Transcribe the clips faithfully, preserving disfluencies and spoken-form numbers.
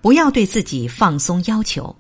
不要对自己放松要求。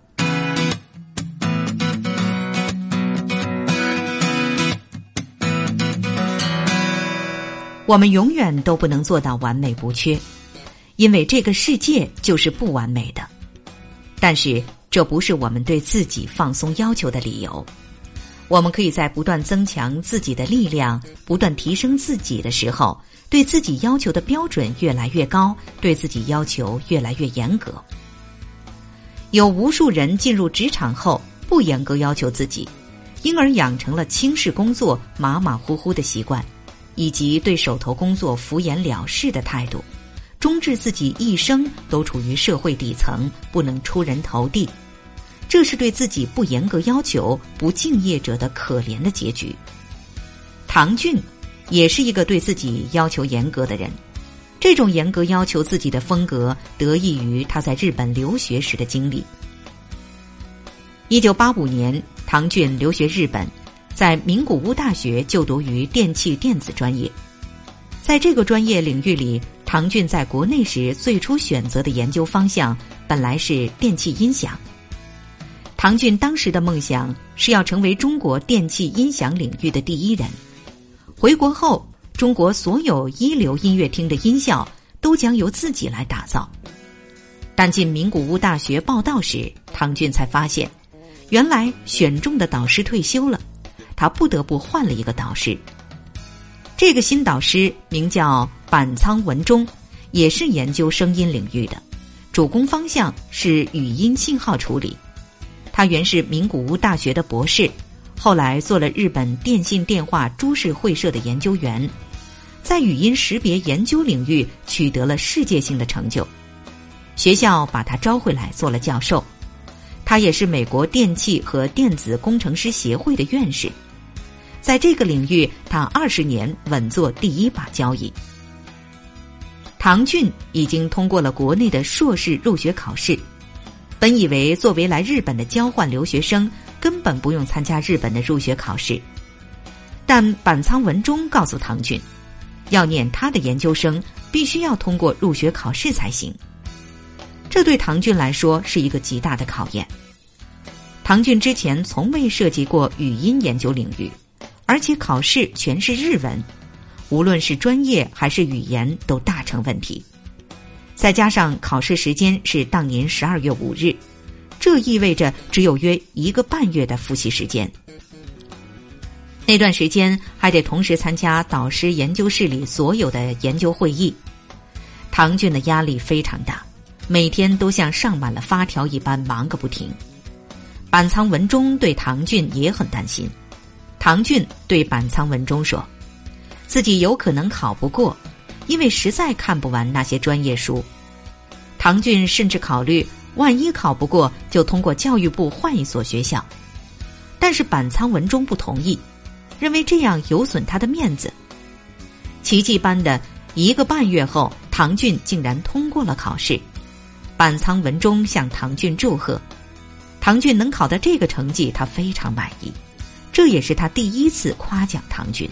我们永远都不能做到完美不缺，因为这个世界就是不完美的。但是这不是我们对自己放松要求的理由。我们可以在不断增强自己的力量，不断提升自己的时候，对自己要求的标准越来越高，对自己要求越来越严格。有无数人进入职场后不严格要求自己，因而养成了轻视工作、马马虎虎的习惯，以及对手头工作敷衍了事的态度，终致自己一生都处于社会底层，不能出人头地。这是对自己不严格要求、不敬业者的可怜的结局。唐骏也是一个对自己要求严格的人，这种严格要求自己的风格得益于他在日本留学时的经历。一九八五年，唐骏留学日本，在名古屋大学就读于电气电子专业。在这个专业领域里，唐骏在国内时最初选择的研究方向本来是电气音响。唐骏当时的梦想是要成为中国电气音响领域的第一人。回国后，中国所有一流音乐厅的音效都将由自己来打造。但进名古屋大学报到时，唐骏才发现，原来选中的导师退休了，他不得不换了一个导师。这个新导师名叫板仓文忠，也是研究声音领域的，主攻方向是语音信号处理。他原是名古屋大学的博士，后来做了日本电信电话株式会社的研究员，在语音识别研究领域取得了世界性的成就。学校把他招回来做了教授。他也是美国电气和电子工程师协会的院士。在这个领域，他二十年稳坐第一把交椅。唐骏已经通过了国内的硕士入学考试，本以为作为来日本的交换留学生，根本不用参加日本的入学考试。但板仓文忠告诉唐骏，要念他的研究生，必须要通过入学考试才行。这对唐骏来说是一个极大的考验。唐骏之前从未涉及过语音研究领域，而且考试全是日文，无论是专业还是语言都大成问题。再加上考试时间是当年十二月五日，这意味着只有约一个半月的复习时间。那段时间还得同时参加导师研究室里所有的研究会议。唐骏的压力非常大，每天都像上满了发条一般忙个不停。板仓文忠对唐骏也很担心。唐骏对板仓文忠说，自己有可能考不过，因为实在看不完那些专业书。唐骏甚至考虑，万一考不过，就通过教育部换一所学校。但是板仓文忠不同意，认为这样有损他的面子。奇迹般的一个半月后，唐骏竟然通过了考试。板仓文忠向唐骏祝贺。唐骏能考到这个成绩，他非常满意，这也是他第一次夸奖唐骏。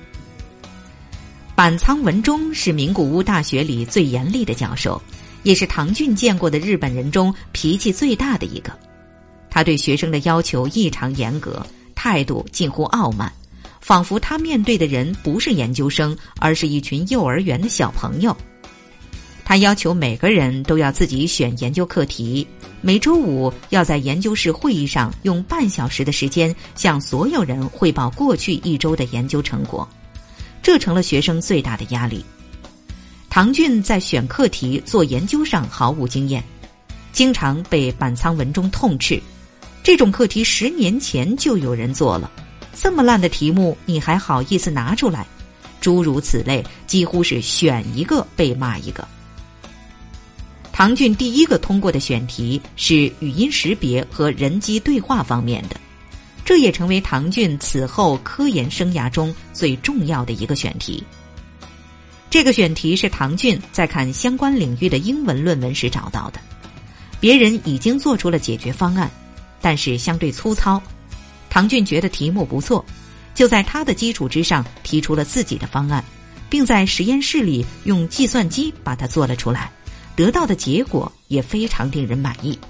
板仓文忠是名古屋大学里最严厉的教授，也是唐骏见过的日本人中脾气最大的一个。他对学生的要求异常严格，态度近乎傲慢，仿佛他面对的人不是研究生，而是一群幼儿园的小朋友。他要求每个人都要自己选研究课题，每周五要在研究室会议上用半小时的时间向所有人汇报过去一周的研究成果，这成了学生最大的压力。唐骏在选课题做研究上毫无经验，经常被板仓文忠痛斥，这种课题十年前就有人做了，这么烂的题目你还好意思拿出来，诸如此类，几乎是选一个被骂一个。唐骏第一个通过的选题是语音识别和人机对话方面的，这也成为唐骏此后科研生涯中最重要的一个选题。这个选题是唐骏在看相关领域的英文论文时找到的，别人已经做出了解决方案，但是相对粗糙。唐骏觉得题目不错，就在他的基础之上提出了自己的方案，并在实验室里用计算机把它做了出来， 得到的结果也非常令人满意。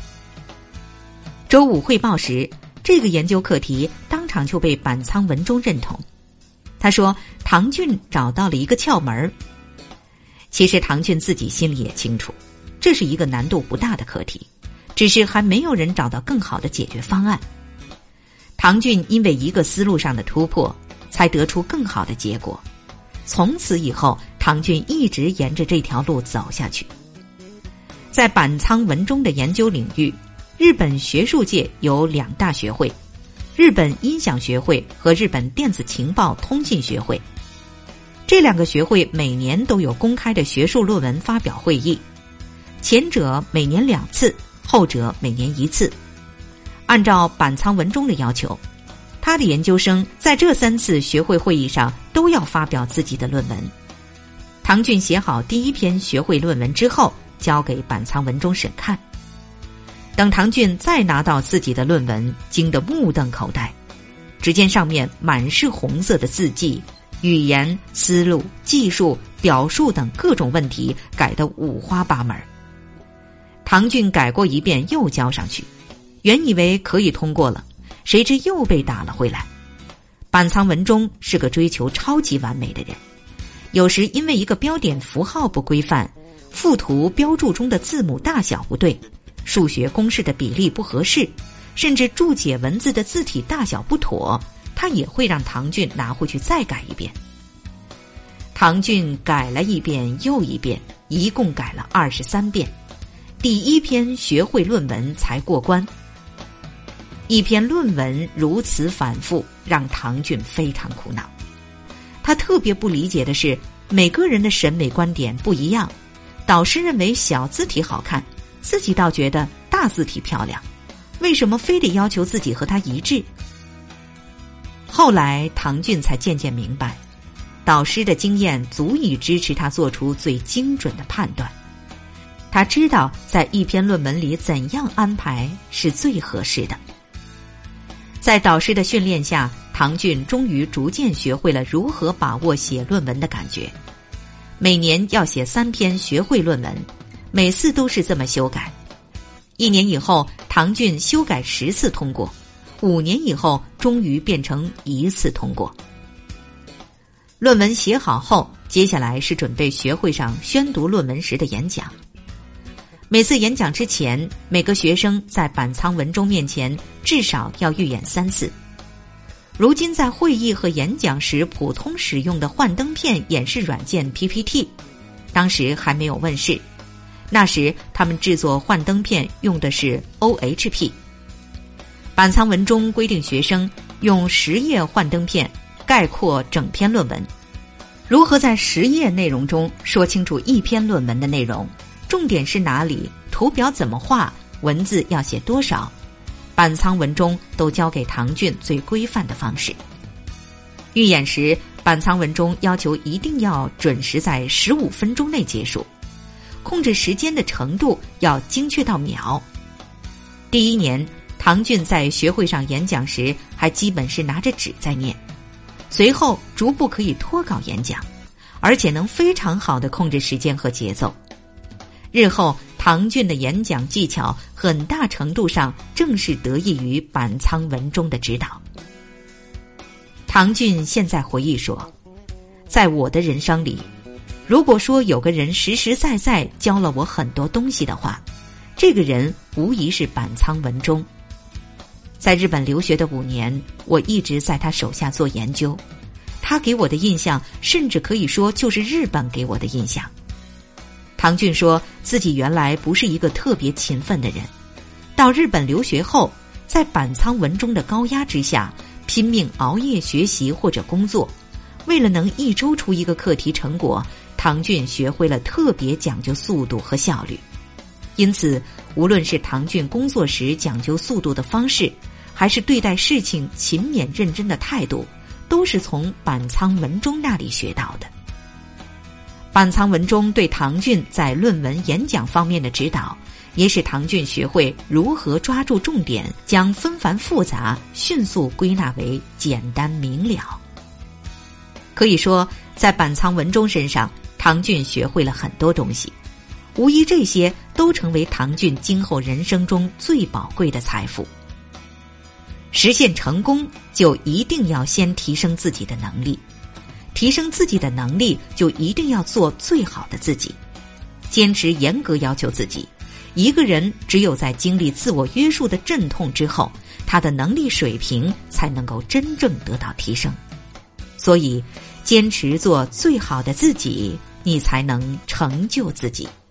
周五汇报时，这个研究课题当场就被板仓文中认同。他说唐骏找到了一个窍门。其实唐骏自己心里也清楚，这是一个难度不大的课题，只是还没有人找到更好的解决方案。唐骏因为一个思路上的突破，才得出更好的结果。从此以后，唐骏一直沿着这条路走下去。在板仓文中的研究领域，日本学术界有两大学会，日本音响学会和日本电子情报通信学会。这两个学会每年都有公开的学术论文发表会议，前者每年两次，后者每年一次。按照板仓文中的要求，他的研究生在这三次学会会议上都要发表自己的论文。唐骏写好第一篇学会论文之后，交给板仓文中审看。等唐骏再拿到自己的论文，惊得目瞪口呆，只见上面满是红色的字迹，语言、思路、技术、表述等各种问题改得五花八门。唐骏改过一遍又交上去，原以为可以通过了，谁知又被打了回来。板仓文中是个追求超级完美的人，有时因为一个标点符号不规范，附图标注中的字母大小不对，数学公式的比例不合适，甚至注解文字的字体大小不妥，他也会让唐骏拿回去再改一遍。唐骏改了一遍又一遍，一共改了二十三遍，第一篇学会论文才过关。一篇论文如此反复，让唐骏非常苦恼。他特别不理解的是，每个人的审美观点不一样，导师认为小字体好看，自己倒觉得大字体漂亮，为什么非得要求自己和他一致？后来唐骏才渐渐明白，导师的经验足以支持他做出最精准的判断。他知道在一篇论文里怎样安排是最合适的。在导师的训练下，唐骏终于逐渐学会了如何把握写论文的感觉。每年要写三篇学会论文，每次都是这么修改。一年以后，唐骏修改十次通过，五年以后终于变成一次通过。论文写好后，接下来是准备学会上宣读论文时的演讲。每次演讲之前，每个学生在板仓文中面前至少要预演三次。如今在会议和演讲时普通使用的幻灯片演示软件 P P T， 当时还没有问世。那时他们制作幻灯片用的是 O H P。 板仓文中规定学生用十页幻灯片概括整篇论文。如何在十页内容中说清楚一篇论文的内容，重点是哪里，图表怎么画，文字要写多少，板仓文中都交给唐骏最规范的方式。预演时，板仓文中要求一定要准时在十五分钟内结束，控制时间的程度要精确到秒。第一年，唐骏在学会上演讲时还基本是拿着纸在念，随后逐步可以脱稿演讲，而且能非常好地控制时间和节奏。日后唐骏的演讲技巧很大程度上正是得益于板仓文中的指导。唐骏现在回忆说，在我的人生里，如果说有个人实实在在教了我很多东西的话，这个人无疑是板仓文中。在日本留学的五年，我一直在他手下做研究，他给我的印象甚至可以说就是日本给我的印象。唐骏说自己原来不是一个特别勤奋的人，到日本留学后，在板仓文中的高压之下，拼命熬夜学习或者工作，为了能一周出一个课题成果，唐骏学会了特别讲究速度和效率。因此，无论是唐骏工作时讲究速度的方式，还是对待事情勤勉认真的态度，都是从板仓文中那里学到的。板仓文中对唐骏在论文演讲方面的指导，也使唐骏学会如何抓住重点，将纷繁复杂迅速归纳为简单明了。可以说，在板仓文中身上，唐骏学会了很多东西。 无疑这些都成为唐骏今后人生中最宝贵的财富。实现成功，就一定要先提升自己的能力，提升自己的能力，就一定要做最好的自己，坚持严格要求自己。一个人只有在经历自我约束的阵痛之后，他的能力水平才能够真正得到提升。所以，坚持做最好的自己，你才能成就自己。